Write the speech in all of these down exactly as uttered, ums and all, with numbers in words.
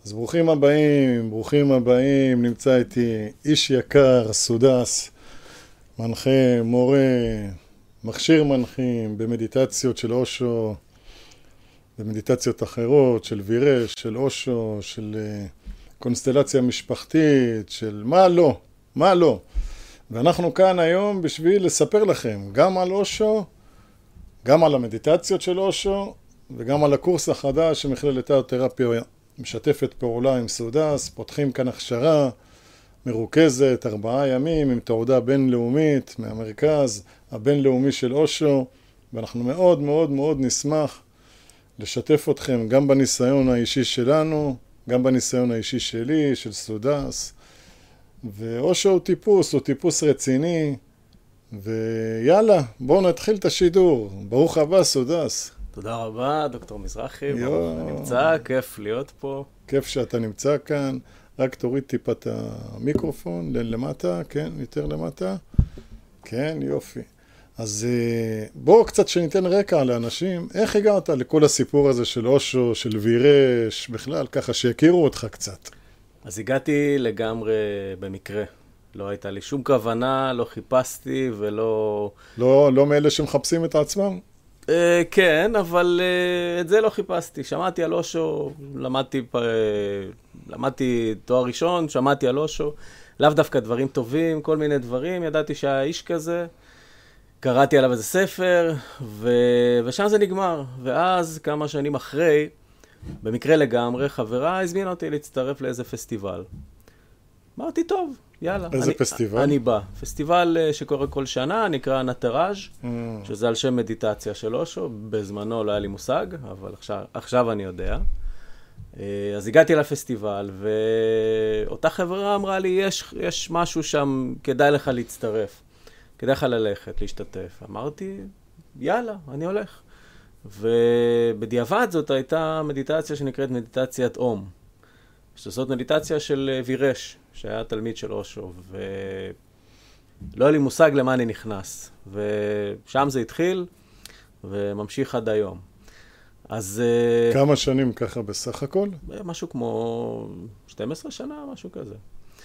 אז ברוכים הבאים, ברוכים הבאים, נמצא איתי איש יקר, סודס, מנחה, מורה, מכשיר מנחים במדיטציות של אושו, במדיטציות אחרות, של וירש, של אושו, של uh, קונסטלציה משפחתית, של מה לא, מה לא. ואנחנו כאן היום בשביל לספר לכם גם על אושו, גם על המדיטציות של אושו, וגם על הקורס החדש שמכללת תרפיה משתפת פעולה עם סודס. פותחים כאן הכשרה מרוכזת, ארבעה ימים, עם תעודה בינלאומית מהמרכז הבינלאומי של אושו, ואנחנו מאוד מאוד מאוד נשמח לשתף אתכם גם בניסיון האישי שלנו, גם בניסיון האישי שלי, של סודס. ואושו הוא טיפוס, הוא טיפוס רציני, ויאללה, בואו נתחיל את השידור. ברוך הבא, סודס. תודה רבה, דוקטור מזרחי, ברוך נמצא, כיף להיות פה. כיף שאתה נמצא כאן, רק תוריד טיפה את המיקרופון למטה, כן, יותר למטה. כן, יופי. אז בואו קצת שניתן רקע לאנשים, איך הגעת לכל הסיפור הזה של אושו, של וירש, בכלל, ככה שיכירו אותך קצת. אז הגעתי לגמרי במקרה. לא הייתה לי שום כוונה, לא חיפשתי ולא... לא, לא מאלה שמחפשים את עצמם? Uh, כן, אבל uh, את זה לא חיפשתי. שמעתי על אושו, למדתי, uh, למדתי תואר ראשון, שמעתי על אושו, לאו דווקא דברים טובים, כל מיני דברים. ידעתי שהאיש כזה, קראתי עליו איזה ספר, ו... ושם זה נגמר. ואז כמה שנים אחרי, במקרה לגמרי, חברה הזמינה אותי להצטרף לאיזה פסטיבל. אמרתי, טוב, יאללה. איזה אני, פסטיבל? אני בא. פסטיבל שקורה כל שנה, נקרא נטראז', mm. שזה על שם מדיטציה של אושו. בזמנו לא היה לי מושג, אבל עכשיו, עכשיו אני יודע. אז הגעתי לפסטיבל, ואותה חברה אמרה לי, יש, יש משהו שם, כדאי לך להצטרף. כדאי לך ללכת, להשתתף. אמרתי, יאללה, אני הולך. ובדיעבד זאת הייתה מדיטציה שנקראת מדיטציית אום. שזאת מדיטציה של וירש, שהיה תלמיד של אושו, ולא היה לי מושג למה אני נכנס. ושם זה התחיל, וממשיך עד היום. אז... כמה שנים ככה בסך הכל? משהו כמו שתים עשרה שנה, משהו כזה.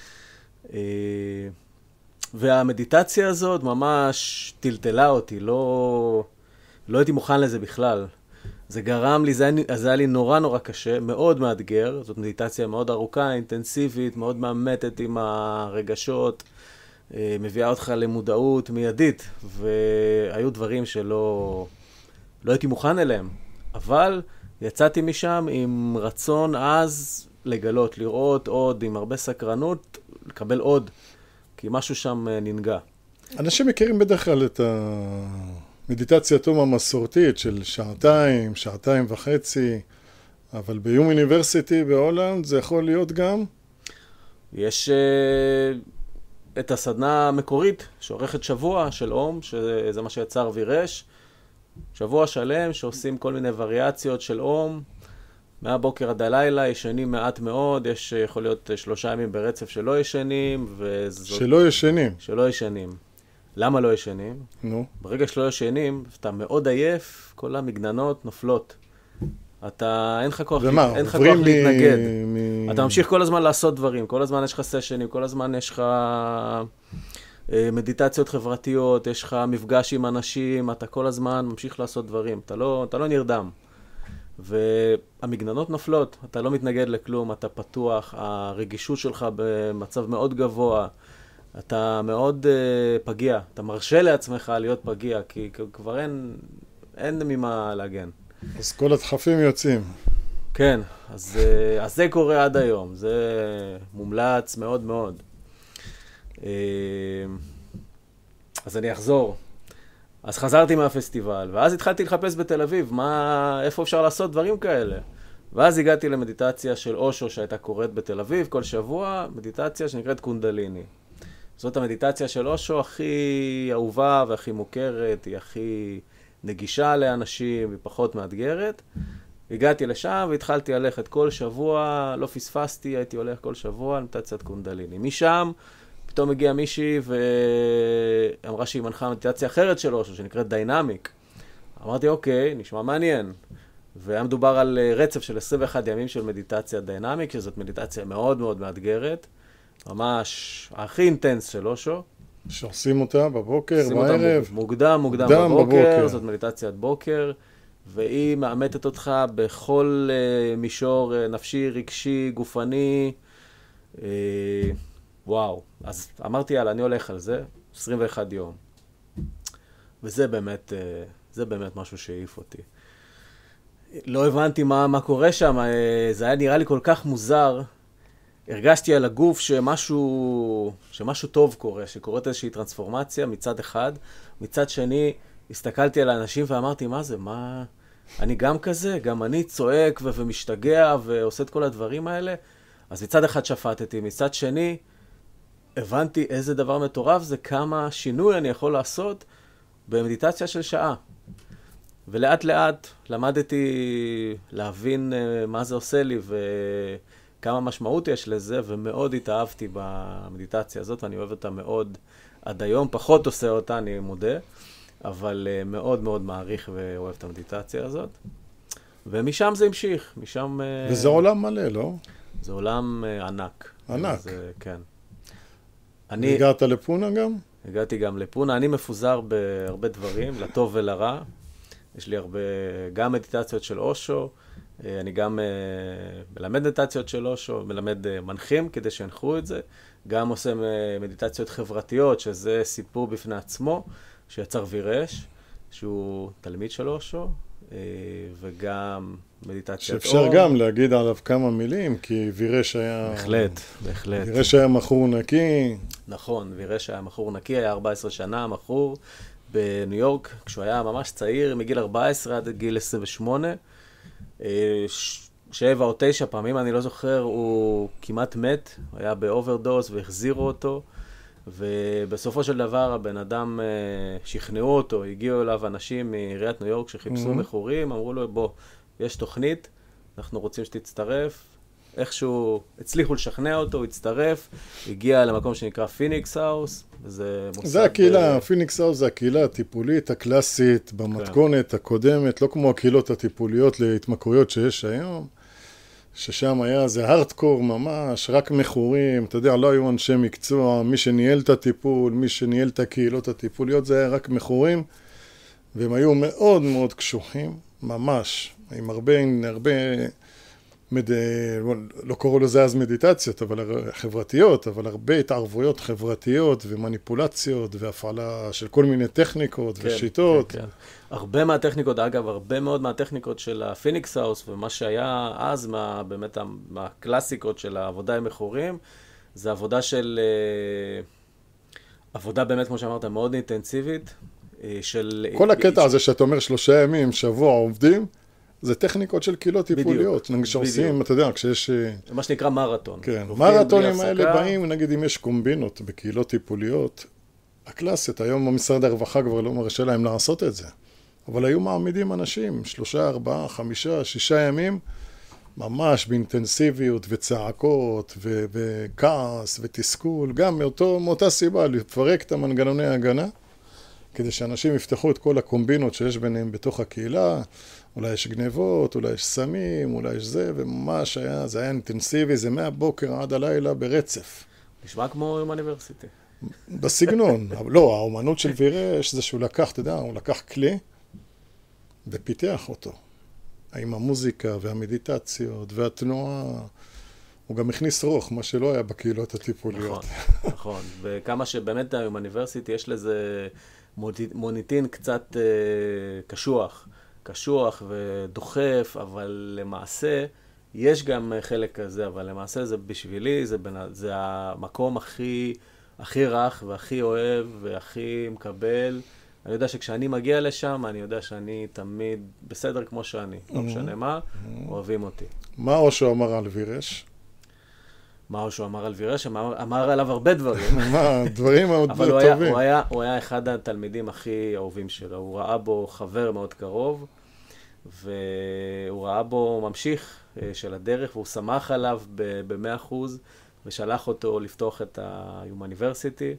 והמדיטציה הזאת ממש טלטלה אותי, לא... לא הייתי מוכן לזה בכלל. זה גרם לי, זה, זה היה לי נורא נורא קשה, מאוד מאתגר. זאת מדיטציה מאוד ארוכה, אינטנסיבית, מאוד מאמתת עם הרגשות, מביאה אותך למודעות מיידית, והיו דברים שלא לא הייתי מוכן אליהם. אבל יצאתי משם עם רצון אז לגלות, לראות עוד, עם הרבה סקרנות, לקבל עוד, כי משהו שם ננגע. אנשים מכירים בדרך כלל את ה... מדיטציית אום המסורתית של שעתיים, שעתיים וחצי, אבל ביום אוניברסיטי בהולנד זה יכול להיות גם? יש uh, את הסדנה המקורית שעורכת שבוע של אום, שזה מה שיצר וירש, שבוע שלם שעושים כל מיני וריאציות של אום, מהבוקר עד הלילה, ישנים מעט מאוד, יש יכול להיות שלושה ימים ברצף שלא ישנים, וזאת... שלא ישנים? שלא ישנים. למה לא ישנים? נו. ברגע שלא ישנים, אתה מאוד עייף, כל המגננות נופלות. אתה, אין לך כוח, ומה, אין לך כוח להתנגד. מ... אתה ממשיך כל הזמן לעשות דברים, כל הזמן יש לך סשנים, כל הזמן יש לך מדיטציות חברתיות, יש לך מפגש עם אנשים, אתה כל הזמן ממשיך לעשות דברים, אתה לא, אתה לא נרדם. והמגננות נופלות, אתה לא מתנגד לכלום, אתה פתוח, הרגישות שלך במצב מאוד גבוה, אתה מאוד uh, פגיע, אתה מרשה לעצמך להיות פגיע, כי כבר אין, אין ממה להגן. אז כל הדחפים יוצאים. כן, אז, uh, אז זה קורה עד היום, זה מומלץ מאוד מאוד. Uh, אז אני אחזור. אז חזרתי מהפסטיבל, ואז התחלתי לחפש בתל אביב, מה, איפה אפשר לעשות דברים כאלה. ואז הגעתי למדיטציה של אושו שהייתה קורית בתל אביב כל שבוע, מדיטציה שנקראת קונדליני. זאת המדיטציה של אושו הכי אהובה והכי מוכרת, היא הכי נגישה לאנשים, היא פחות מאתגרת. הגעתי לשם והתחלתי ללכת כל שבוע, לא פספסתי, הייתי הולך כל שבוע למדיטציית קונדליני. משם פתאום הגיעה מישהי ואמרה שהיא מנחה מדיטציה אחרת של אושו, שנקראת דיינמיק. אמרתי, אוקיי, נשמע מעניין. והיה מדובר על רצף של עשרים ואחד ימים של מדיטציה דיינמיק, שזאת מדיטציה מאוד מאוד מאתגרת, ממש הכי אינטנס של אושו. שעושים אותה בבוקר, בערב. אותה מוקדם, מוקדם בבוקר, בבוקר, זאת מדיטציית בוקר, והיא מאמתת אותך בכל uh, מישור uh, נפשי, רגשי, גופני. Uh, וואו, אז אמרתי, יאללה, אני הולך על זה, עשרים ואחד יום. וזה באמת, uh, זה באמת משהו שהעיף אותי. לא הבנתי מה, מה קורה שם, uh, זה היה נראה לי כל כך מוזר. הרגשתי על הגוף שמשהו, שמשהו טוב קורה, שקורית איזושהי טרנספורמציה מצד אחד, מצד שני, הסתכלתי על האנשים ואמרתי, מה זה, מה... אני גם כזה, גם אני צועק ו- ומשתגע ועושה את כל הדברים האלה. אז מצד אחד שפטתי, מצד שני, הבנתי איזה דבר מטורף זה, כמה שינוי אני יכול לעשות במדיטציה של שעה. ולאט לאט למדתי להבין מה זה עושה לי וכמה משמעות יש לזה, ומאוד התאהבתי במדיטציה הזאת, ואני אוהב אותה מאוד עד היום, פחות עושה אותה, אני מודה. אבל uh, מאוד מאוד מעריך ואוהב את המדיטציה הזאת. ומשם זה המשיך, משם... Uh, וזה עולם מלא, לא? זה עולם uh, ענק. ענק. זה, כן. אני... הגעת לפונה גם? הגעתי גם לפונה. אני מפוזר בהרבה דברים, לטוב ולרע. יש לי הרבה, גם מדיטציות של אושו, uh, אני גם uh, מלמד מדיטציות של אושו, מלמד uh, מנחים כדי שינחו את זה. גם עושה uh, מדיטציות חברתיות, שזה סיפור בפני עצמו. שיצר וירש, שהוא תלמיד של אושו, וגם מדיטציית אור. שאפשר גם להגיד עליו כמה מילים, כי וירש היה... בהחלט, בהחלט. וירש היה מכור נקי. נכון, וירש היה מכור נקי, היה ארבע עשרה שנה מכור בניו יורק, כשהוא היה ממש צעיר, מגיל ארבע עשרה עד גיל עשרים ושמונה. שבע או תשע פעמים, אני לא זוכר, הוא כמעט מת, היה באוברדוז והחזירו אותו. ובסופו של דבר הבן אדם שכנעו אותו, הגיעו אליו אנשים מעיריית ניו יורק שחיפשו מכורים, אמרו לו, בוא, יש תוכנית, אנחנו רוצים שתצטרף. איכשהו הצליחו לשכנע אותו, הוא הצטרף, הגיע למקום שנקרא פיניקס האוס, וזה מוסד... זה הקהילה, פיניקס האוס זה הקהילה הטיפולית הקלאסית במתכונת הקודמת, לא כמו הקהילות הטיפוליות להתמכרויות שיש היום. ששם היה זה הרדקור ממש, רק מכורים, אתה יודע, לא היו אנשי מקצוע, מי שניהל את הטיפול, מי שניהל את הקהילות הטיפוליות, זה היה רק מכורים, והם היו מאוד מאוד קשוחים, ממש, עם הרבה, הרבה, מד... לא קוראו לזה אז מדיטציות, אבל חברתיות, אבל הרבה התערבויות חברתיות ומניפולציות והפעלה של כל מיני טכניקות כן, ושיטות. כן, כן. הרבה מהטכניקות, אגב, הרבה מאוד מהטכניקות של הפיניקס האוס, ומה שהיה אז, מה, באמת, מהקלאסיקות של העבודה עם מכורים, זה עבודה של, עבודה באמת, כמו שאמרת, מאוד אינטנסיבית, של... כל הקטע הזה שאתה אומר שלושה ימים, שבוע עובדים, זה טכניקות של קהילות טיפוליות. נגיד שעושים, אתה יודע, כשיש... מה שנקרא מרתון. כן, מרתונים האלה באים, נגיד אם יש קומבינות בקהילות טיפוליות, הקלאסית, היום במשרד הרווחה כבר לא מרשה להם לעשות את זה. אבל היו מעמידים אנשים, שלושה, ארבעה, חמישה, שישה ימים, ממש באינטנסיביות וצעקות ו- וכעס ותסכול, גם מאותו, מאותה סיבה, לפרק את המנגנוני ההגנה, כדי שאנשים יפתחו את כל הקומבינות שיש ביניהם בתוך הקהילה, אולי יש גנבות, אולי יש סמים, אולי יש זה, וממש היה, זה היה אינטנסיבי, זה מהבוקר עד הלילה ברצף. נשמע כמו אוניברסיטי. בסגנון, לא, האומנות של וירש זה שהוא לקח, אתה יודע, הוא לקח כלי ופיתח אותו. עם המוזיקה והמדיטציות והתנועה, הוא גם הכניס רוח, מה שלא היה בקהילות הטיפוליות. נכון, נכון. וכמה שבאמת היום אוניברסיטי יש לזה מוניטין קצת אה, קשוח, קשוח ודוחף, אבל למעשה יש גם חלק כזה, אבל למעשה זה בשבילי, זה, בין, זה המקום הכי, הכי רך והכי אוהב והכי מקבל. אני יודע שכשאני מגיע לשם, אני יודע שאני תמיד בסדר כמו שאני. לא משנה מה, אוהבים אותי. מה אושו אמר על וירש? מה אושו אמר על וירש? אמר, אמר עליו הרבה דברים. מה, דברים מאוד טובים. אבל הוא היה, הוא, היה, הוא היה אחד התלמידים הכי אהובים שלו. הוא ראה בו חבר מאוד קרוב, והוא ראה בו ממשיך של הדרך, והוא שמח עליו ב-מאה אחוז, ושלח אותו לפתוח את ה-University,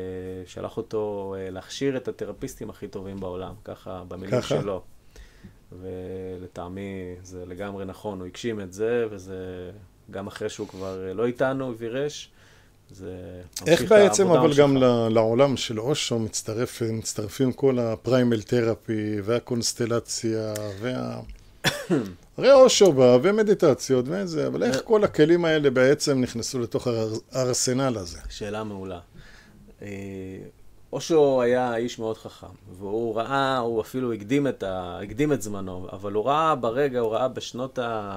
ושלח אותו להכשיר את התרפיסטים הכי טובים בעולם, ככה, במילים ככה? שלו. ולטעמי זה לגמרי נכון, הוא הגשים את זה, וזה גם אחרי שהוא כבר לא איתנו, וירש, זה... איך בעצם אבל גם לעולם של אושו מצטרף, מצטרפים כל הפריימל תרפי והקונסטלציה וה... הרי אושו בא ומדיטציות וזה, אבל איך כל הכלים האלה בעצם נכנסו לתוך הארסנל הזה? שאלה מעולה. אושו היה איש מאוד חכם, והוא ראה, הוא אפילו הקדים את, ה, הקדים את זמנו, אבל הוא ראה ברגע, הוא ראה בשנות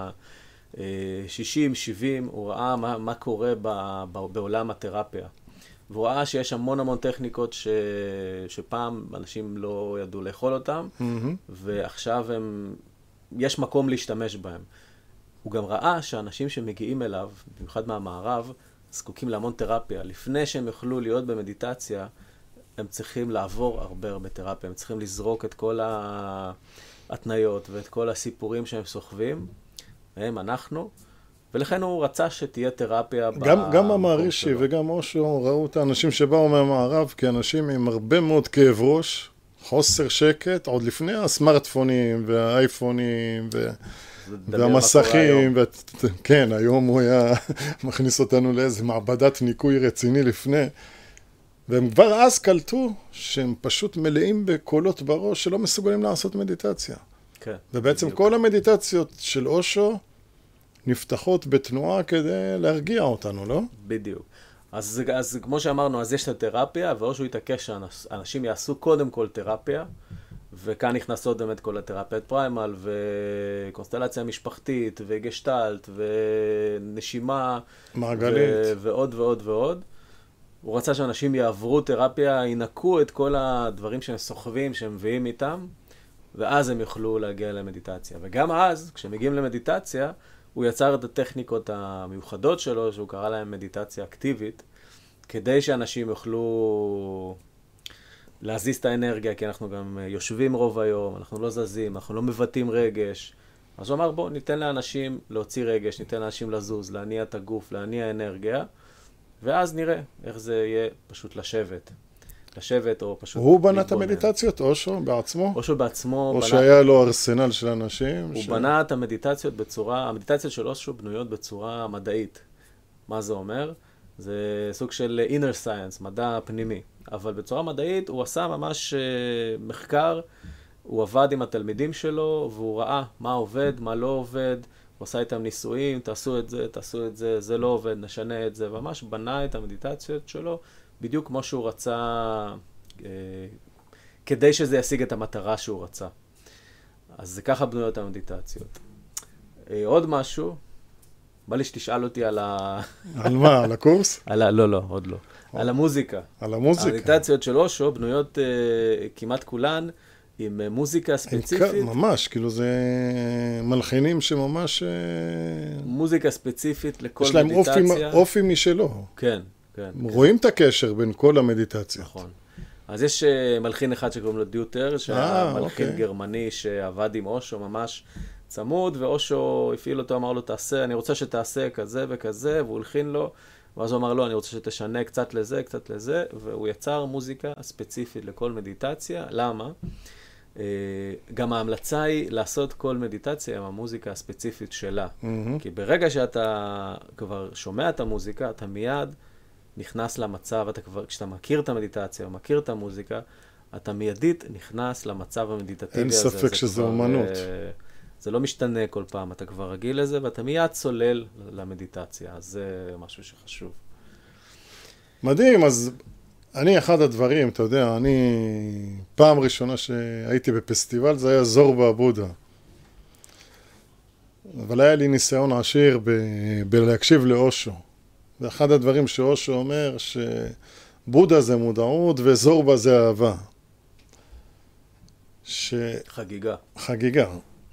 ה-שישים שבעים, הוא ראה מה, מה קורה ב, ב, בעולם התרפיה. והוא ראה שיש המון המון טכניקות ש, שפעם אנשים לא ידעו לאכול אותם, mm-hmm. ועכשיו הם, יש מקום להשתמש בהם. הוא גם ראה שאנשים שמגיעים אליו, במיוחד מהמערב, זקוקים להמון תרפיה. לפני שהם יוכלו להיות במדיטציה, הם צריכים לעבור הרבה הרבה תרפיה, הם צריכים לזרוק את כל ההתניות ואת כל הסיפורים שהם סוחבים, הם אנחנו, ולכן הוא רצה שתהיה תרפיה. גם, גם המערישי וגם אושו ראו את האנשים שבאו מהמערב כאנשים עם הרבה מאוד כאב ראש, חוסר שקט, עוד לפני הסמארטפונים והאייפונים ו... והמסכים, ו... כן, היום הוא היה מכניס אותנו לאיזה מעבדת ניקוי רציני לפני, והם כבר אז קלטו שהם פשוט מלאים בקולות בראש שלא מסוגלים לעשות מדיטציה. כן, ובעצם בדיוק. כל המדיטציות של אושו נפתחות בתנועה כדי להרגיע אותנו, לא? בדיוק. אז, אז כמו שאמרנו, אז יש את התרפיה, ואושו יתעקש שאנשים יעשו קודם כל תרפיה, וכאן נכנסות באמת כל התרפיית פריימל, וקונסטלציה משפחתית, וגשטלט, ונשימה, מעגלית. ו- ועוד ועוד ועוד. הוא רצה שאנשים יעברו תרפיה, ינקו את כל הדברים שהם סוחבים, שהם מביאים איתם, ואז הם יוכלו להגיע למדיטציה. וגם אז, כשמגיעים למדיטציה, הוא יצר את הטכניקות המיוחדות שלו, שהוא קרא להם מדיטציה אקטיבית, כדי שאנשים יוכלו להזיז את האנרגיה, כי אנחנו גם יושבים רוב היום, אנחנו לא זזים, אנחנו לא מבטאים רגש. אז הוא אמר, בוא, ניתן לאנשים להוציא רגש, ניתן לאנשים לזוז, להניע את הגוף, להניע אנרגיה, ואז נראה איך זה יהיה פשוט לשבת. לשבת או פשוט... הוא בנה את המדיטציות, אושו בעצמו? אושו בעצמו. או שהיה לו ארסנל של אנשים? הוא בנה את המדיטציות בצורה... המדיטציות של אושו בנויות בצורה מדעית. מה זה אומר? זה סוג של inner science, מדע פנימי. אבל בצורה מדעית הוא עשה ממש מחקר, הוא עבד עם התלמידים שלו, והוא ראה מה עובד, מה לא עובד, הוא עשה איתם ניסויים, תעשו את זה, תעשו את זה, זה לא עובד, נשנה את זה, וממש בנה את המדיטציות שלו, בדיוק כמו שהוא רצה, אה, כדי שזה ישיג את המטרה שהוא רצה. אז זה ככה בנויות המדיטציות. אה, עוד משהו, בא לי שתשאל אותי על ה... על מה? על הקורס? על ה... לא, לא, עוד לא. על המוזיקה. על המוזיקה. המדיטציות של אושו בנויות אה, כמעט כולן עם אה, מוזיקה ספציפית. ממש, כאילו זה מלחינים שממש... אה... מוזיקה ספציפית לכל יש להם מדיטציה. אופי, אופי משלו. כן, כן. רואים את הקשר בין כל המדיטציות. נכון. אז יש uh, מלחין אחד שקוראים לו דיוטר, שהיה מלחין אוקיי. גרמני שעבד עם אושו ממש צמוד, ואושו הפעיל אותו, אמר לו, תעשה, אני רוצה שתעשה כזה וכזה, והוא הלחין לו, ואז הוא אמר לו, אני רוצה שתשנה קצת לזה, קצת לזה, והוא יצר מוזיקה ספציפית לכל מדיטציה. למה? Uh, גם ההמלצה היא לעשות כל מדיטציה עם המוזיקה הספציפית שלה. Mm-hmm. כי ברגע שאתה כבר שומע את המוזיקה, אתה מיד נכנס למצב, אתה כבר, כשאתה מכיר את המדיטציה, או מכיר את המוזיקה, אתה מיידית נכנס למצב המדיטטיבי אין הזה. אין ספק שזה אומנות. זה לא משתנה כל פעם, אתה כבר רגיל לזה, ואתה מיד צולל למדיטציה, אז זה משהו שחשוב. מדהים, אז אני אחד הדברים, אתה יודע, אני פעם ראשונה שהייתי בפסטיבל, זה היה זורבה בודה. אבל היה לי ניסיון עשיר ב... בלהקשיב לאושו. ואחד הדברים שאושו אומר, שבודה זה מודעות וזורבה זה אהבה. ש... חגיגה. חגיגה.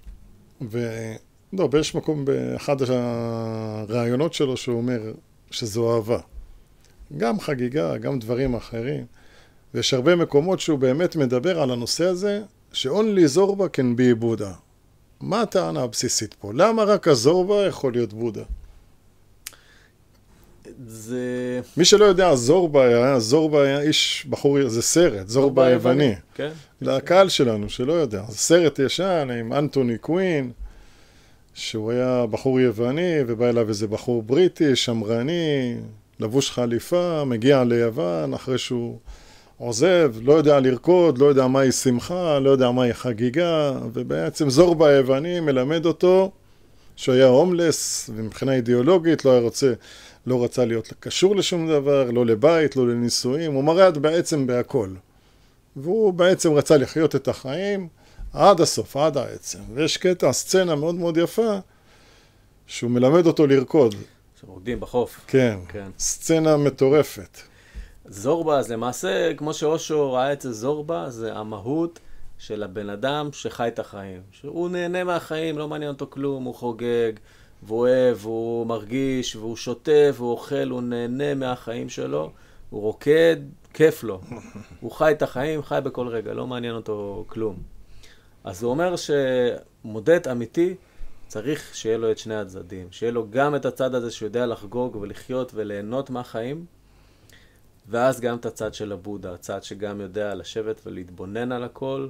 ולא, יש מקום באחד הרעיונות שלו שהוא אומר שזו אהבה. גם חגיגה, גם דברים אחרים. ויש הרבה מקומות שהוא באמת מדבר על הנושא הזה, ש-only זורבה can be בודה. מה הטענה הבסיסית פה? למה רק הזורבה יכול להיות בודה? זה... מי שלא יודע, זורבה היה, זורבה היה איש בחור, זה סרט, זורבה היווני. כן. לקהל שלנו, שלא יודע. זה סרט ישן עם אנטוני קווין, שהוא היה בחור יווני, ובא אליו איזה בחור בריטי, שמרני, לבוש חליפה, מגיע ליוון, אחרי שהוא עוזב, לא יודע לרקוד, לא יודע מהי שמחה, לא יודע מהי חגיגה, ובעצם זורבה היווני מלמד אותו שהוא היה הומלס, ומבחינה אידיאולוגית לא היה רוצה, לא רצה להיות קשור לשום דבר, לא לבית, לא לנישואים, הוא מרד בעצם בהכל. והוא בעצם רצה לחיות את החיים עד הסוף, עד העצם. ויש קטע, סצנה מאוד מאוד יפה, שהוא מלמד אותו לרקוד. שרוקדים בחוף. כן, כן. סצנה מטורפת. זורבה, אז למעשה, כמו שאושו ראה את זה, זורבה, זה המהות של הבן אדם שחי את החיים. שהוא נהנה מהחיים, לא מעניין אותו כלום, הוא חוגג, והוא אוהב, והוא מרגיש, והוא שותה, והוא אוכל, הוא נהנה מהחיים שלו, הוא רוקד, כיף לו. הוא חי את החיים, חי בכל רגע, לא מעניין אותו כלום. אז הוא אומר שמודד אמיתי צריך שיהיה לו את שני הצדדים. שיהיה לו גם את הצד הזה שיודע לחגוג ולחיות וליהנות מהחיים, ואז גם את הצד של הבודה, הצד שגם יודע לשבת ולהתבונן על הכל.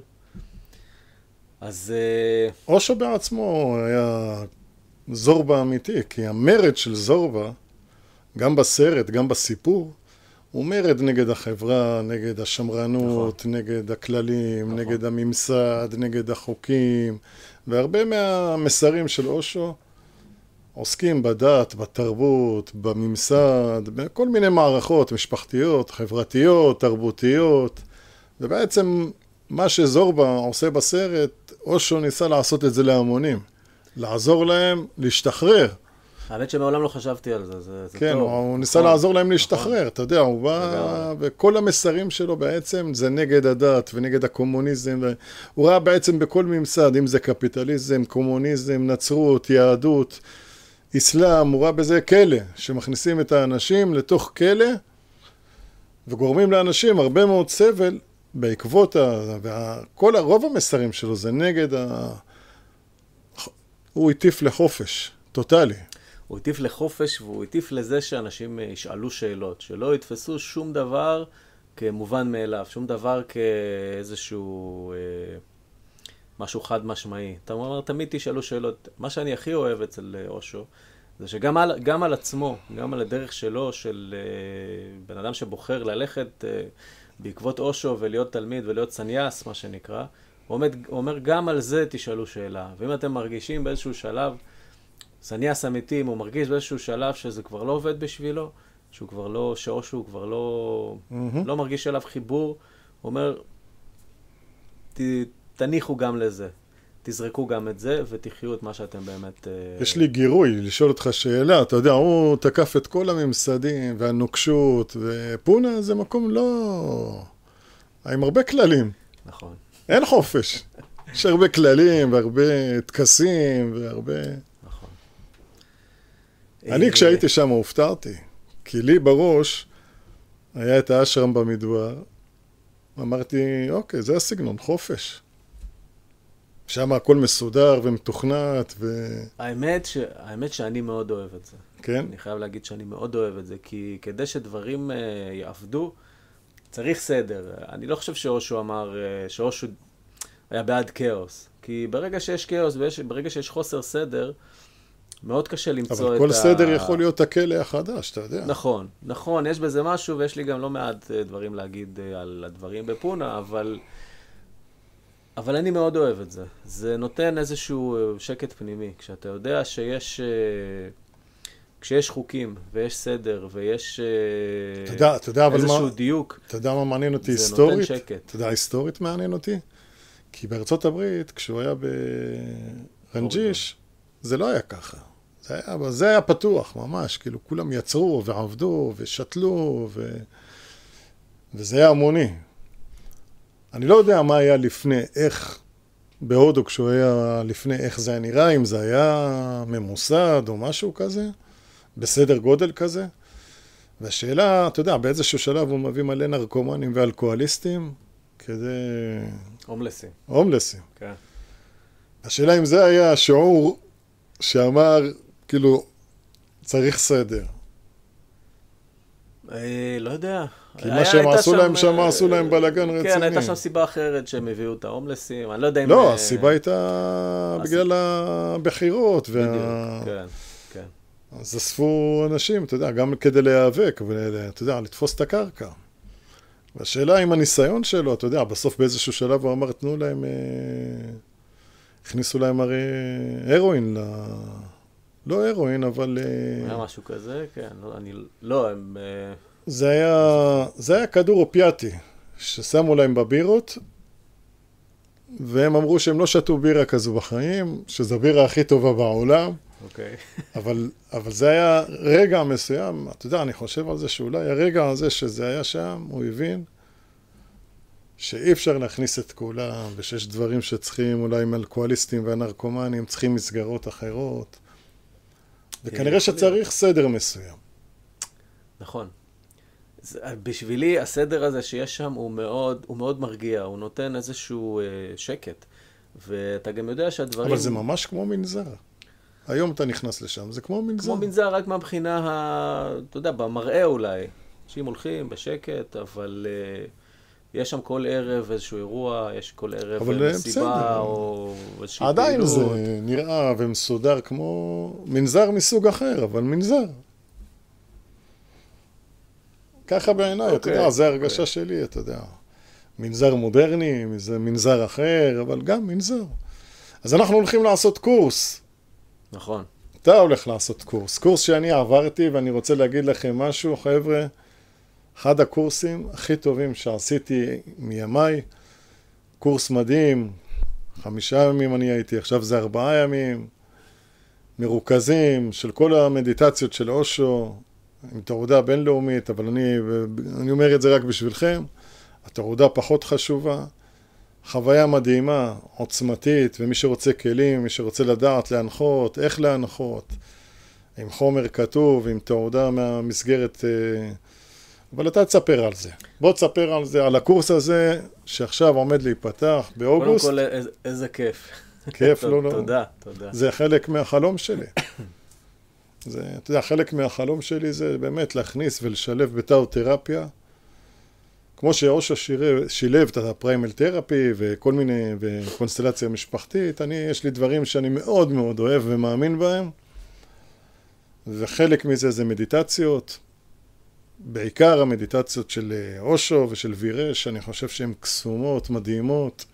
אז... אושו בעצמו היה זורבה אמיתי, כי המרד של זורבה, גם בסרט, גם בסיפור, הוא מרד נגד החברה, נגד השמרנות, נכון. נגד הכללים, נכון. נגד הממסד, נגד החוקים, והרבה מהמסרים של אושו עוסקים בדת, בתרבות, בממסד, בכל מיני מערכות משפחתיות, חברתיות, תרבותיות, ובעצם מה שזורבה עושה בסרט, אושו ניסה לעשות את זה להמונים, לעזור להם להשתחרר. האמת שמעולם לא חשבתי על זה, זה, זה כן, טוב. הוא נכון. ניסה לעזור להם להשתחרר, נכון. אתה יודע, הוא בא, וכל המסרים שלו בעצם זה נגד הדת ונגד הקומוניזם, הוא ראה בעצם בכל ממסד, אם זה קפיטליזם, קומוניזם, נצרות, יהדות, אסלאם, הוא ראה בזה כלא, שמכניסים את האנשים לתוך כלא, וגורמים לאנשים הרבה מאוד סבל בעקבות, ה... וכל הרוב המסרים שלו זה נגד ה... הוא הטיף לחופש, טוטלי. הוא הטיף לחופש, והוא הטיף לזה שאנשים ישאלו שאלות, שלא יתפסו שום דבר כמובן מאליו, שום דבר כאיזשהו אה, משהו חד משמעי. אתה אומר, תמיד תשאלו שאלות. מה שאני הכי אוהב אצל אושו, זה שגם על, גם על עצמו, גם על הדרך שלו, של אה, בן אדם שבוחר ללכת אה, בעקבות אושו ולהיות תלמיד ולהיות סניאס, מה שנקרא, הוא, עומד, הוא אומר, גם על זה תשאלו שאלה. ואם אתם מרגישים באיזשהו שלב, סניאס אמיתי, אם הוא מרגיש באיזשהו שלב שזה כבר לא עובד בשבילו, שהוא כבר לא, שאושו הוא כבר לא, mm-hmm. לא מרגיש אליו חיבור, הוא אומר, ת, תניחו גם לזה. תזרקו גם את זה ותחיו את מה שאתם באמת... יש לי גירוי לשאול אותך שאלה, אתה יודע, הוא תקף את כל הממסדים והנוקשות, ופונה זה מקום לא... עם הרבה כללים. נכון. אין חופש. יש הרבה כללים והרבה תקסים והרבה... נכון. אני כשהייתי שם הופתעתי, כי לי בראש היה את האשרם במדבר, אמרתי, אוקיי, זה הסגנון, חופש. שם הכל מסודר ומתוכנת ו... האמת, ש... האמת שאני מאוד אוהב את זה. כן? אני חייב להגיד שאני מאוד אוהב את זה, כי כדי שדברים uh, יעבדו, צריך סדר. אני לא חושב שאושו אמר, uh, שאושו היה בעד כאוס. כי ברגע שיש כאוס וברגע שיש חוסר סדר, מאוד קשה למצוא את ה... אבל כל סדר יכול להיות הכלא החדש, אתה יודע. נכון, נכון, יש בזה משהו, ויש לי גם לא מעט uh, דברים להגיד uh, על הדברים בפונה, אבל... אבל אני מאוד אוהב את זה. זה נותן איזשהו שקט פנימי. כשאתה יודע שיש, כשיש חוקים ויש סדר ויש אתה יודע, אתה יודע, איזשהו מה, דיוק, אתה יודע מה מעניין אותי זה היסטורית? נותן שקט. אתה יודע, היסטורית מעניין אותי? כי בארצות הברית, כשהוא היה ברנג'יש, זה לא היה ככה. זה היה, זה היה פתוח ממש, כאילו כולם יצרו ועבדו ושתלו ו... וזה היה המוני. אני לא יודע מה היה לפני, איך בהודו כשהוא היה לפני, איך זה היה נראה, אם זה היה ממוסד או משהו כזה, בסדר גודל כזה. והשאלה, אתה יודע, באיזשהו שלב הוא מביא מלא נרקומנים ואלכוהוליסטים כדי... הומלסים. הומלסים. כן. השאלה אם זה היה השיעור שאמר, כאילו, צריך סדר. אה, לא יודע. כי מה שהם עשו להם שם, עשו להם בלגן רציני. כן, הייתה שם סיבה אחרת שהם הביאו את ההומלסים, אני לא יודע אם... לא, הסיבה הייתה בגלל הבחירות. בדיוק, כן, כן. אז אספו אנשים, אתה יודע, גם כדי להיאבק, ואתה יודע, לתפוס את הקרקע. והשאלה עם הניסיון שלו, אתה יודע, בסוף באיזשהו שלב הוא אמר, תנו להם, הכניסו להם הרי הרואין, לא הרואין, אבל... היה משהו כזה, כן, אני, לא, הם... זה היה, זה היה כדור אופיאטי, ששמו להם בבירות, והם אמרו שהם לא שתו בירה כזו בחיים, שזו הבירה הכי טובה בעולם. אוקיי. אבל, אבל זה היה רגע מסוים, אתה יודע, אני חושב על זה שאולי הרגע הזה שזה היה שם, הוא הבין שאי אפשר להכניס את כולם, ושיש דברים שצריכים, אולי עם אלכוהוליסטים והנרקומנים, צריכים מסגרות אחרות, וכנראה שצריך סדר מסוים. נכון. בשבילי הסדר הזה שיש שם הוא מאוד, הוא מאוד מרגיע, הוא נותן איזשהו אה, שקט, ואתה גם יודע שהדברים... אבל זה ממש כמו מנזר. היום אתה נכנס לשם, זה כמו מנזר. כמו מנזר רק מהבחינה, ה... אתה יודע, במראה אולי. אנשים הולכים בשקט, אבל uh, יש שם כל ערב איזשהו אירוע, יש כל ערב מסיבה או איזושהי פעילות. עדיין זה נראה ומסודר כמו מנזר מסוג אחר, אבל מנזר. ככה בעיניי, אתה יודע, זה הרגשה שלי, אתה יודע. מנזר מודרני, זה מנזר אחר, אבל גם מנזר. אז אנחנו הולכים לעשות קורס. נכון. אתה הולך לעשות קורס. קורס שאני עברתי, ואני רוצה להגיד לכם משהו, חבר'ה, אחד הקורסים הכי טובים שעשיתי מימיי, קורס מדהים, חמישה ימים אני הייתי, עכשיו זה ארבעה ימים, מרוכזים של כל המדיטציות של אושו, עם תעודה בינלאומית, אבל אני, אני אומר את זה רק בשבילכם, התעודה פחות חשובה, חוויה מדהימה, עוצמתית, ומי שרוצה כלים, מי שרוצה לדעת להנחות, איך להנחות, עם חומר כתוב, עם תעודה מהמסגרת, אבל אתה תספר על זה. בוא תספר על זה, על הקורס הזה, שעכשיו עומד להיפתח באוגוסט. קודם כל, איזה כיף. כיף, לא, לא. תודה, תודה. זה חלק מהחלום שלי. זה, אתה יודע, חלק מהחלום שלי זה באמת להכניס ולשלב בתאותרפיה, כמו שאושו שילב את הפריימל תרפי וכל מיני, וקונסטלציה משפחתית, אני, יש לי דברים שאני מאוד מאוד אוהב ומאמין בהם, וחלק מזה זה מדיטציות, בעיקר המדיטציות של אושו ושל וירש, אני חושב שהן קסומות, מדהימות,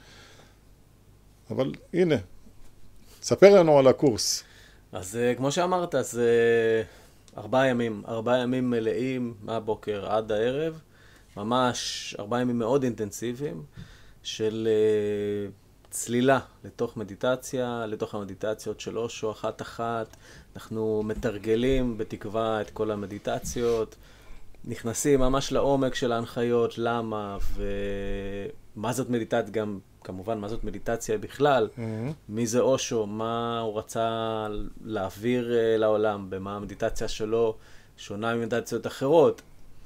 אבל הנה, תספר לנו על הקורס. אז כמו שאמרת, אז ארבעה ימים, ארבעה ימים מלאים מהבוקר עד הערב, ממש ארבעה ימים מאוד אינטנסיביים של uh, צלילה לתוך מדיטציה, לתוך המדיטציות של אושו אחת אחת. אנחנו מתרגלים בתקווה את כל המדיטציות, נכנסים ממש לעומק של ההנחיות, למה ומה זאת מדיטציה, גם כמובן מה זאת מדיטציה בכלל, mm-hmm. מי זה אושו, מה הוא רצה להעביר uh, לעולם, במה המדיטציה שלו שונה ממדיטציות אחרות.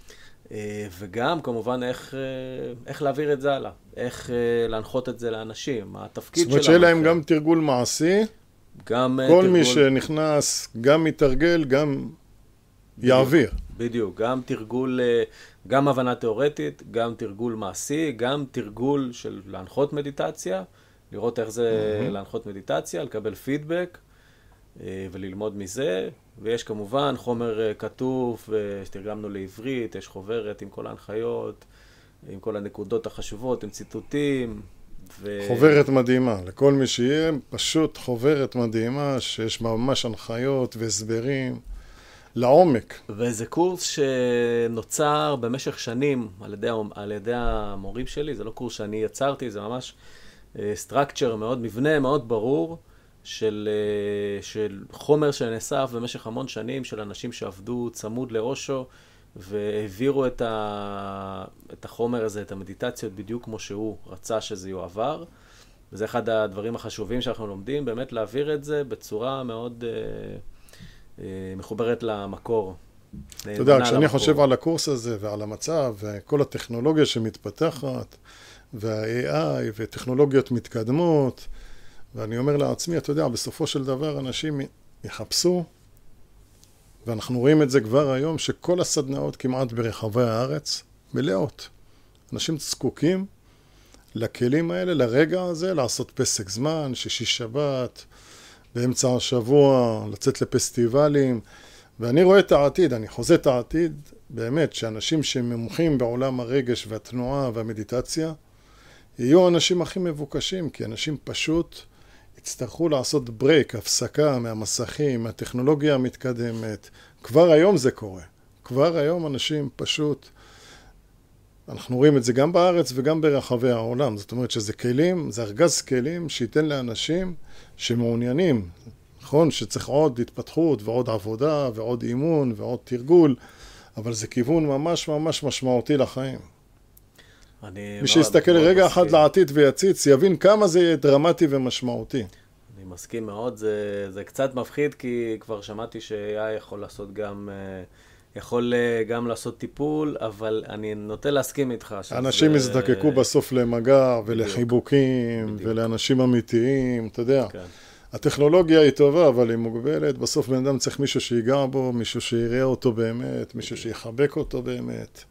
וגם כמובן איך, איך להעביר את זה הלאה, איך להנחות את זה לאנשים, מה התפקיד שלנו. זאת אומרת שיהיה להם גם תרגול מעשי, גם כל תרגול... מי שנכנס גם מתרגל, גם בדיוק, יעביר. בדיוק, גם תרגול, גם הבנה תיאורטית, גם תרגול מעשי, גם תרגול של להנחות מדיטציה, לראות איך זה mm-hmm. להנחות מדיטציה, לקבל פידבק וללמוד מזה. ויש כמובן חומר כתוב, שתרגמנו לעברית, יש חוברת עם כל ההנחיות, עם כל הנקודות החשובות, עם ציטוטים. ו... חוברת מדהימה, לכל מי שיהיה, פשוט חוברת מדהימה, שיש ממש הנחיות והסברים לעומק. וזה קורס שנוצר במשך שנים על ידי, על ידי המורים שלי, זה לא קורס שאני יצרתי, זה ממש סטרקצ'ר מאוד, מבנה מאוד ברור, של, של חומר שנאסף במשך המון שנים, של אנשים שעבדו צמוד לאושו, והעבירו את, ה, את החומר הזה, את המדיטציות, בדיוק כמו שהוא רצה שזה יועבר. וזה אחד הדברים החשובים שאנחנו לומדים, באמת להעביר את זה בצורה מאוד אה, אה, מחוברת למקור. אתה יודע, כשאני חושב על הקורס הזה ועל המצב, וכל הטכנולוגיה שמתפתחת, וה-איי איי וטכנולוגיות מתקדמות, ואני אומר לעצמי, אתה יודע, בסופו של דבר אנשים יחפשו ואנחנו רואים את זה כבר היום, שכל הסדנאות כמעט ברחבי הארץ מלאות. אנשים זקוקים לכלים האלה, לרגע הזה, לעשות פסק זמן, שישי שבת, באמצע השבוע, לצאת לפסטיבלים, ואני רואה את העתיד, אני חוזה את העתיד, באמת, שאנשים שמומחים בעולם הרגש והתנועה והמדיטציה, יהיו האנשים הכי מבוקשים, כי אנשים פשוט יצטרכו לעשות ברייק, הפסקה מהמסכים, מהטכנולוגיה המתקדמת. כבר היום זה קורה. כבר היום אנשים פשוט, אנחנו רואים את זה גם בארץ וגם ברחבי העולם. זאת אומרת שזה כלים, זה ארגז כלים שייתן לאנשים שמעוניינים, נכון? שצריך עוד התפתחות ועוד עבודה ועוד אימון ועוד תרגול, אבל זה כיוון ממש ממש משמעותי לחיים. מי שיסתכל רגע אחד לעתיד ויציץ, יבין כמה זה יהיה דרמטי ומשמעותי. אני מסכים מאוד, זה, זה קצת מפחיד, כי כבר שמעתי שהיה יכול לעשות גם, יכול גם לעשות טיפול, אבל אני נוטה להסכים איתך. אנשים יזדקקו בסוף למגע ולחיבוקים בדיוק. ולאנשים אמיתיים, אתה יודע. כן. הטכנולוגיה היא טובה, אבל היא מוגבלת. בסוף בן אדם צריך מישהו שיגע בו, מישהו שיראה אותו באמת, מישהו שיחבק אותו באמת.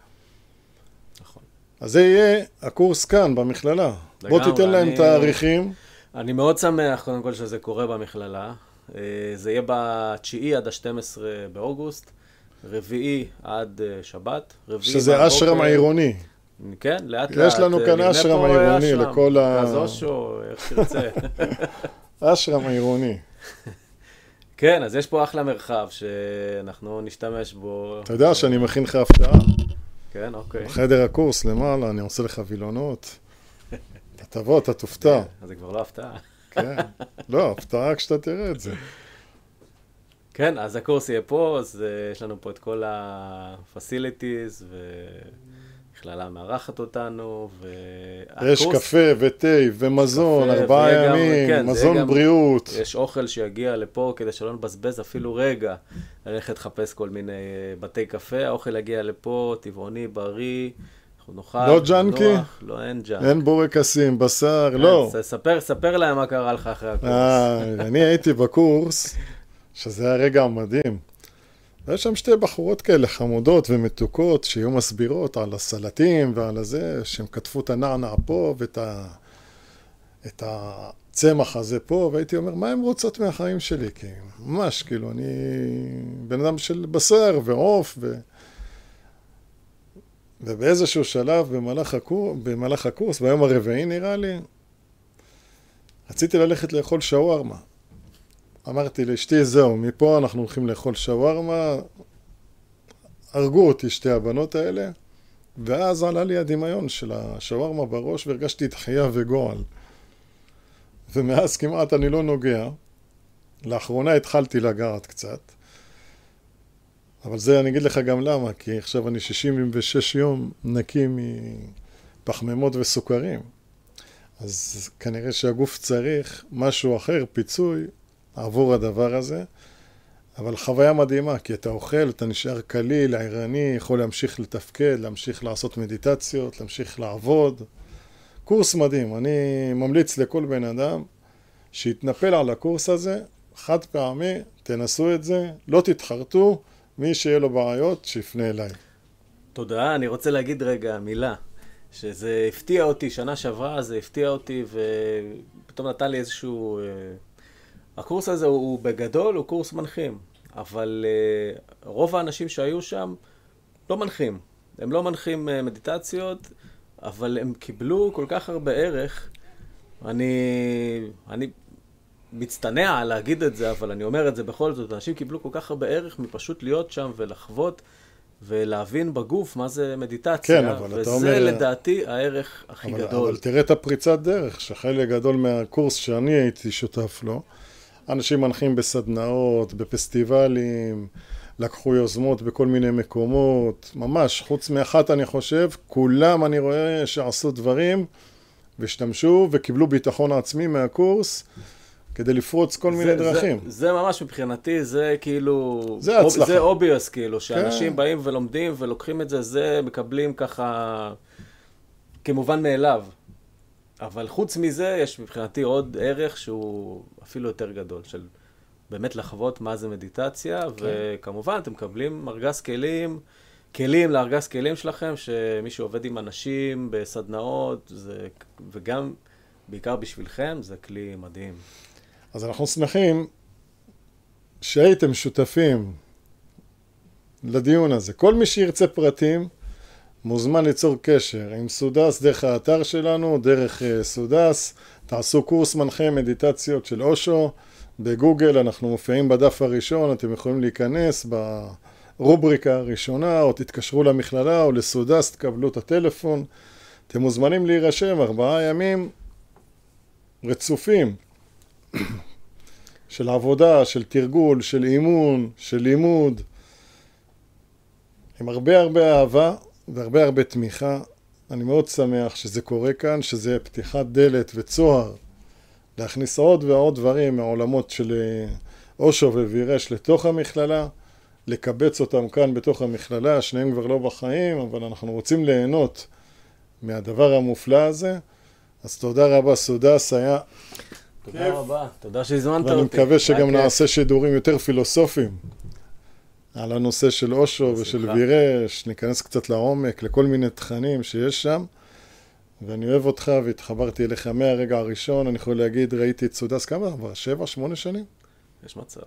אז זה יהיה הקורס כאן, במכללה. לגמרי, בוא תיתן להם אני, תאריכים. אני מאוד שמח, קודם כל, שזה קורה במכללה. זה יהיה בתשיעי עד ה-שנים עשר באוגוסט, רביעי עד שבת. רביעי שזה אשרם העירוני. כן, לאט לאט. יש לנו כאן אשרם העירוני לכל ה... אז אושו, איך תרצה. אשרם העירוני. כן, אז יש פה אחלה מרחב שאנחנו נשתמש בו. אתה יודע שאני מכין לך הפתעה. כן, אוקיי. בחדר הקורס למעלה, אני עושה לך וילונות. אתה תבוא, אתה תופתע. אז זה כבר לא הפתעה. כן. לא, הפתעה כשאתה תראה את זה. כן, אז הקורס יהיה פה, אז יש לנו פה את כל ה-facilities, ובכללה מארחת אותנו, יש קפה ותה ומזון, ארבעה ימים, מזון בריאות. יש אוכל שיגיע לפה כדי שלא נבזבז אפילו רגע ללכת לחפש כל מיני בתי קפה. האוכל יגיע לפה, טבעוני, בריא, אנחנו נאכל. לא ג'אנקי? לא, אין ג'אנק. אין בורקסים, בשר, לא. ספר, ספר להם מה קרה לך אחרי הקורס. אני הייתי בקורס, שזה היה רגע מדהים. ויש שם שתי בחורות כאלה חמודות ומתוקות שיהיו מסבירות על הסלטים ועל הזה, שהם כתבו את הנענע פה ואת ה... את הצמח הזה פה, והייתי אומר, מה הם רוצות מהחיים שלי? כי ממש, כאילו, אני בן אדם של בשר ועוף, ו... ובאיזשהו שלב במהלך הקורס, במהלך הקורס, ביום הרביעי נראה לי, רציתי ללכת לאכול שווארמה. אמרתי לאשתי, זהו, מפה אנחנו הולכים לאכול שווארמה, הרגו אותי שתי הבנות האלה, ואז עלה לי הדמיון של השווארמה בראש, והרגשתי דחייה וגועל. ומאז כמעט אני לא נוגע. לאחרונה התחלתי לגעת קצת. אבל זה אני אגיד לך גם למה, כי עכשיו אני שישים ושש יום נקי מפחמימות וסוכרים. אז כנראה שהגוף צריך משהו אחר, פיצוי, עבור הדבר הזה. אבל חוויה מדהימה, כי אתה אוכל, אתה נשאר קליל, ערני, יכול להמשיך לתפקד, להמשיך לעשות מדיטציות, להמשיך לעבוד. קורס מדהים, אני ממליץ לכל בן אדם שיתנפל על הקורס הזה, חד פעמי, תנסו את זה, לא תתחרטו, מי שיהיה לו בעיות, שיפנה אליי. תודה, אני רוצה להגיד רגע מילה, שזה הפתיע אותי, שנה שעברה זה הפתיע אותי, ופתאום נתן לי איזשהו... הקורס הזה הוא בגדול, הוא קורס מנחים, אבל רוב האנשים שהיו שם לא מנחים. הם לא מנחים מדיטציות, אבל הם קיבלו כל כך הרבה ערך. אני, אני מצטנע להגיד את זה, אבל אני אומר את זה בכל זאת. אנשים קיבלו כל כך הרבה ערך מפשוט להיות שם ולחוות ולהבין בגוף מה זה מדיטציה. כן, אבל וזה אתה אומר... לדעתי הערך הכי אבל, גדול. אבל תראה את הפריצת דרך, שחלק גדול מהקורס שאני הייתי שותף לו, אנשים מנחים בסדנאות, בפסטיבלים, לקחו יוזמות בכל מיני מקומות, ממש, חוץ מאחת אני חושב, כולם אני רואה שעשו דברים והשתמשו וקיבלו ביטחון עצמי מהקורס כדי לפרוץ כל זה, מיני דרכים. זה, זה ממש מבחינתי, זה כאילו, זה הצלחה. זה obvious כאילו, שאנשים כן. באים ולומדים ולוקחים את זה, זה מקבלים ככה כמובן מאליו. אבל חוץ מזה יש מבחינתי עוד ערך שהוא אפילו יותר גדול של באמת לחוות מה זה מדיטציה, כן. וכמובן אתם מקבלים ארגז כלים, כלים לארגז כלים שלכם, שמי שעובד עם אנשים בסדנאות, זה, וגם בעיקר בשבילכם, זה כלי מדהים. אז אנחנו שמחים שהייתם שותפים לדיון הזה. כל מי שירצה פרטים, מוזמן ליצור קשר עם סודס דרך האתר שלנו, דרך סודס. תעשו קורס מנחה מדיטציות של אושו. בגוגל אנחנו מופיעים בדף הראשון, אתם יכולים להיכנס ברובריקה הראשונה, או תתקשרו למכללה או לסודס, תקבלו את הטלפון. אתם מוזמנים להירשם ארבעה ימים רצופים של עבודה, של תרגול, של אימון, של לימוד, עם הרבה הרבה אהבה והרבה הרבה תמיכה. אני מאוד שמח שזה קורה כאן, שזה פתיחת דלת וצוהר, להכניס עוד ועוד דברים מהעולמות של אושו ווירש לתוך המכללה, לקבץ אותם כאן בתוך המכללה, שניהם כבר לא בחיים, אבל אנחנו רוצים ליהנות מהדבר המופלא הזה. אז תודה רבה סודס, היה תודה כיף. רבה, תודה שהזמנת אותי. ואני מקווה שגם נעשה שידורים יותר פילוסופיים על הנושא של אושו ושל וירש, ניכנס קצת לעומק, לכל מיני תכנים שיש שם. ואני אוהב אותך והתחברתי אליך מהרגע הראשון. אני יכול להגיד, ראיתי את סודס כמה? כבר שבע, שמונה שנים? יש מצב.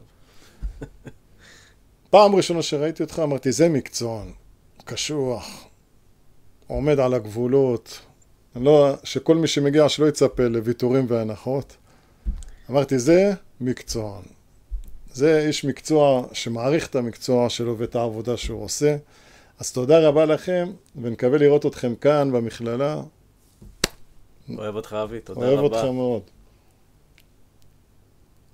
פעם ראשונה שראיתי אותך אמרתי, זה מקצוען, קשוח, עומד על הגבולות, לא, שכל מי שמגיע שלא יצפה לוויתורים והנחות. אמרתי, זה מקצוען. זה איש מקצוע שמעריך את המקצוע שלו ואת העבודה שהוא עושה. אז תודה רבה לכם, ונקווה לראות אתכם כאן במכללה. אוהב אותך אבי, תודה רבה. אוהב אותך מאוד.